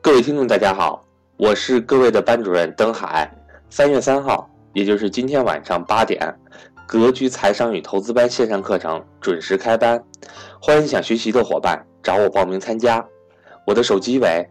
各位听众大家好，我是各位的班主任登海。3月3号，也就是今天晚上8点，格局财商与投资班线上课程准时开班，欢迎想学习的伙伴找我报名参加。我的手机为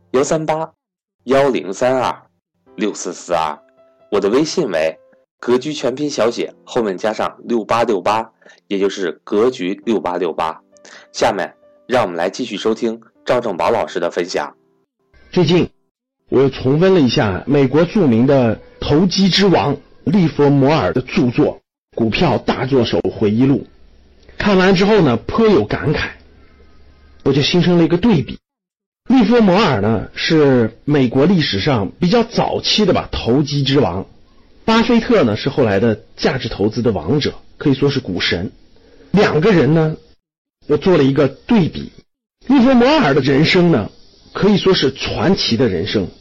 13810326442，我的微信为格局全拼小写后面加上6868，也就是格局6868。下面让我们来继续收听赵正宝老师的分享。 最近我又重温了一下美国著名的投机之王利弗摩尔的著作《股票大作手回忆录》，看完之后呢，颇有感慨，我就形成了一个对比。利弗摩尔呢是美国历史上比较早期的投机之王，巴菲特呢是后来的价值投资的王者，可以说是股神。两个人呢，我做了一个对比。利弗摩尔的人生呢可以说是传奇的人生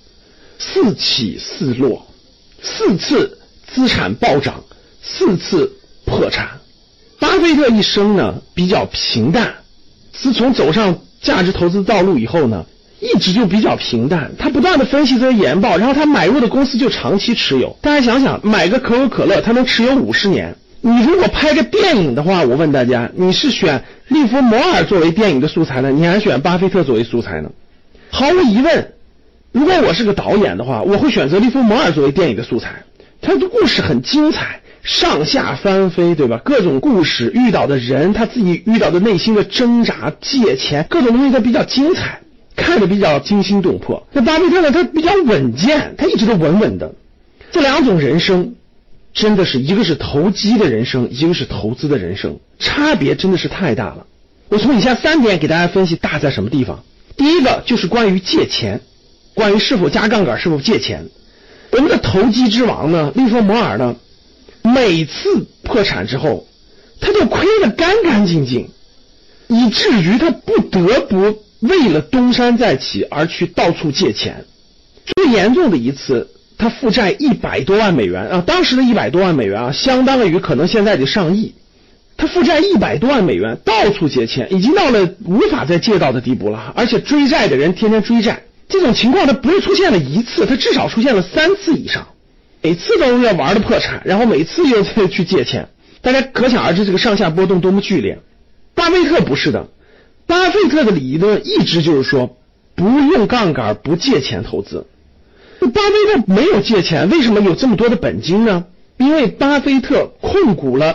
，4起4落，4次资产暴涨，4次破产。巴菲特一生呢比较平淡，自从走上价值投资道路以后呢，一直就比较平淡。他不断的分析这些研报，然后他买入的公司就长期持有。大家想想，买个可口可乐他能持有50年，你如果拍个电影的话，我问大家，你是选利弗摩尔作为电影的素材呢，你还是选巴菲特作为素材呢？毫无疑问，如果我是个导演的话，我会选择利弗摩尔作为电影的素材。他的故事很精彩，上下翻飞，对吧？各种故事，遇到的人，他自己遇到的内心的挣扎，借钱，各种东西都比较精彩，看着比较惊心动魄。那巴菲特呢，他比较稳健，他一直都稳稳的。这两种人生真的是一个是投机的人生，一个是投资的人生，差别真的是太大了。我从以下3点给大家分析大在什么地方。第一个就是关于借钱，关于是否加杠杆，是否借钱。我们的投机之王呢，利弗摩尔呢，每次破产之后他就亏得干干净净，以至于他不得不为了东山再起而去到处借钱。最严重的一次，他负债100多万美元啊，当时的100多万美元啊，相当于可能现在得上亿。他负债100多万美元，到处借钱，已经到了无法再借到的地步了，而且追债的人天天追债。这种情况他不是出现了一次，他至少出现了3次以上，每次都要玩的破产，然后每次又去借钱。大家可想而知这个上下波动多么剧烈。巴菲特不是的，巴菲特的理论一直就是说不用杠杆，不借钱投资。巴菲特没有借钱，为什么有这么多的本金呢？因为巴菲特控股了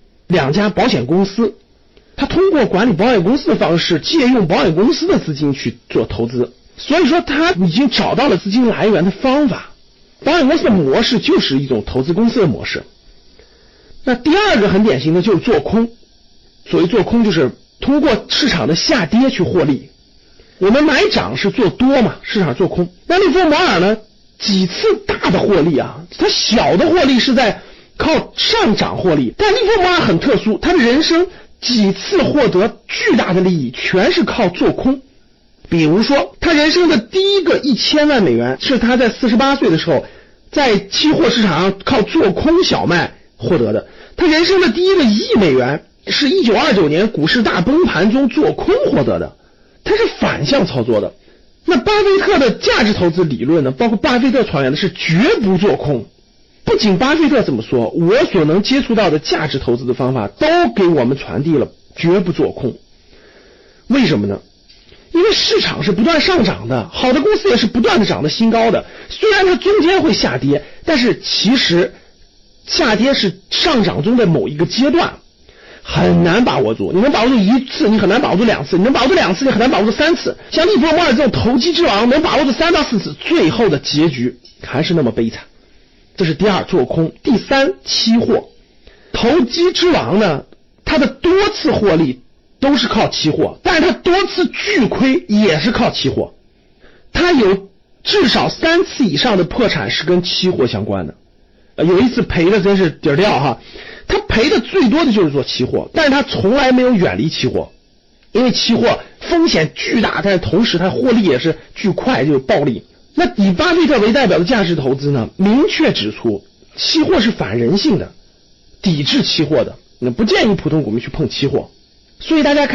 2家保险公司，他通过管理保险公司的方式，借用保险公司的资金去做投资，所以说他已经找到了资金来源的方法。保险公司的模式就是一种投资公司的模式。那第二个很典型的就是做空，所谓做空就是通过市场的下跌去获利。我们买涨是做多嘛，市场做空。那利弗摩尔呢，几次大的获利啊，他小的获利是在靠上涨获利，但利弗摩尔很特殊，他的人生几次获得巨大的利益全是靠做空。比如说他人生的第一个1000万美元是他在48岁的时候在期货市场上靠做空小麦获得的，他人生的第一个1亿美元是1929年股市大崩盘中做空获得的，他是反向操作的。那巴菲特的价值投资理论呢，包括巴菲特传言的是绝不做空。不仅巴菲特这么说，我所能接触到的价值投资的方法都给我们传递了绝不做空。为什么呢？因为市场是不断上涨的，好的公司也是不断的涨得新高的，虽然它中间会下跌，但是其实下跌是上涨中的某一个阶段，很难把握住。你能把握住1次，你很难把握住2次，你能把握住2次，你很难把握住3次。像利弗摩尔这种投机之王能把握住3到4次，最后的结局还是那么悲惨。这是第二，做空。第三，期货。投机之王呢，他的多次获利都是靠期货，但是他多次巨亏也是靠期货。他有至少3次以上的破产是跟期货相关的。有一次赔的真是底儿掉哈，他赔的最多的就是做期货，但是他从来没有远离期货，因为期货风险巨大，但是同时他获利也是巨快，就是暴利。那以巴菲特为代表的价值投资呢，明确指出期货是反人性的，抵制期货的，不建议普通股民去碰期货。所以大家看，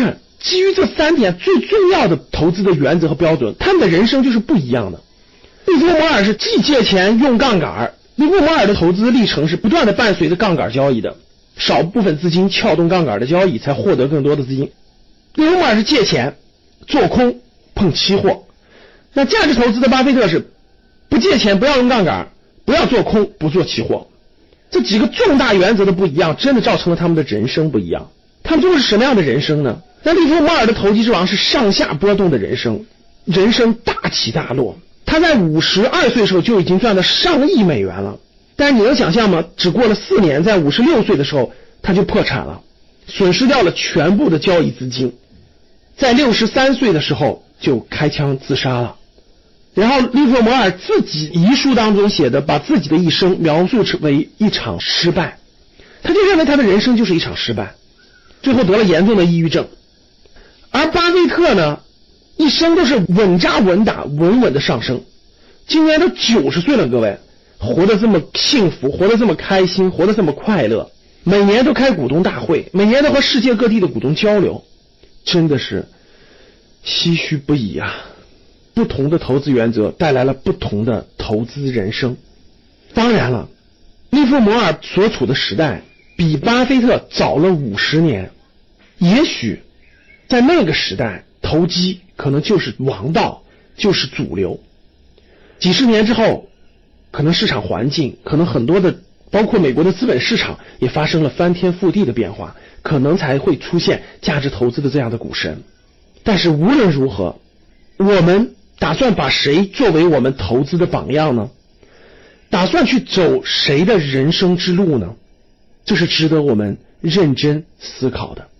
基于这3点最重要的投资的原则和标准，他们的人生就是不一样的。利弗摩尔是既借钱用杠杆，利弗摩尔的投资历程是不断的伴随着杠杆交易的，少部分资金撬动杠杆的交易才获得更多的资金。利弗摩尔是借钱做空碰期货，那价值投资的巴菲特是不借钱不要用杠杆，不要做空不做期货。这几个重大原则的不一样，真的造成了他们的人生不一样。他们都是什么样的人生呢？那利弗摩尔的投机之王是上下波动的人生，人生大起大落。他在52岁的时候就已经赚了上亿美元了，但是你能想象吗？只过了4年，在56岁的时候他就破产了，损失掉了全部的交易资金，在63岁的时候就开枪自杀了。然后利弗摩尔自己遗书当中写的，把自己的一生描述为一场失败，他就认为他的人生就是一场失败，最后得了严重的抑郁症。而巴菲特呢，一生都是稳扎稳打，稳稳的上升，今年都90岁了，各位，活得这么幸福，活得这么开心，活得这么快乐，每年都开股东大会，每年都和世界各地的股东交流，真的是唏嘘不已啊。不同的投资原则带来了不同的投资人生。当然了，利弗摩尔所处的时代比巴菲特早了50年，也许在那个时代投机可能就是王道，就是主流。几十年之后，可能市场环境，可能很多的包括美国的资本市场也发生了翻天覆地的变化，可能才会出现价值投资的这样的股神。但是无论如何，我们打算把谁作为我们投资的榜样呢？打算去走谁的人生之路呢？这是值得我们认真思考的。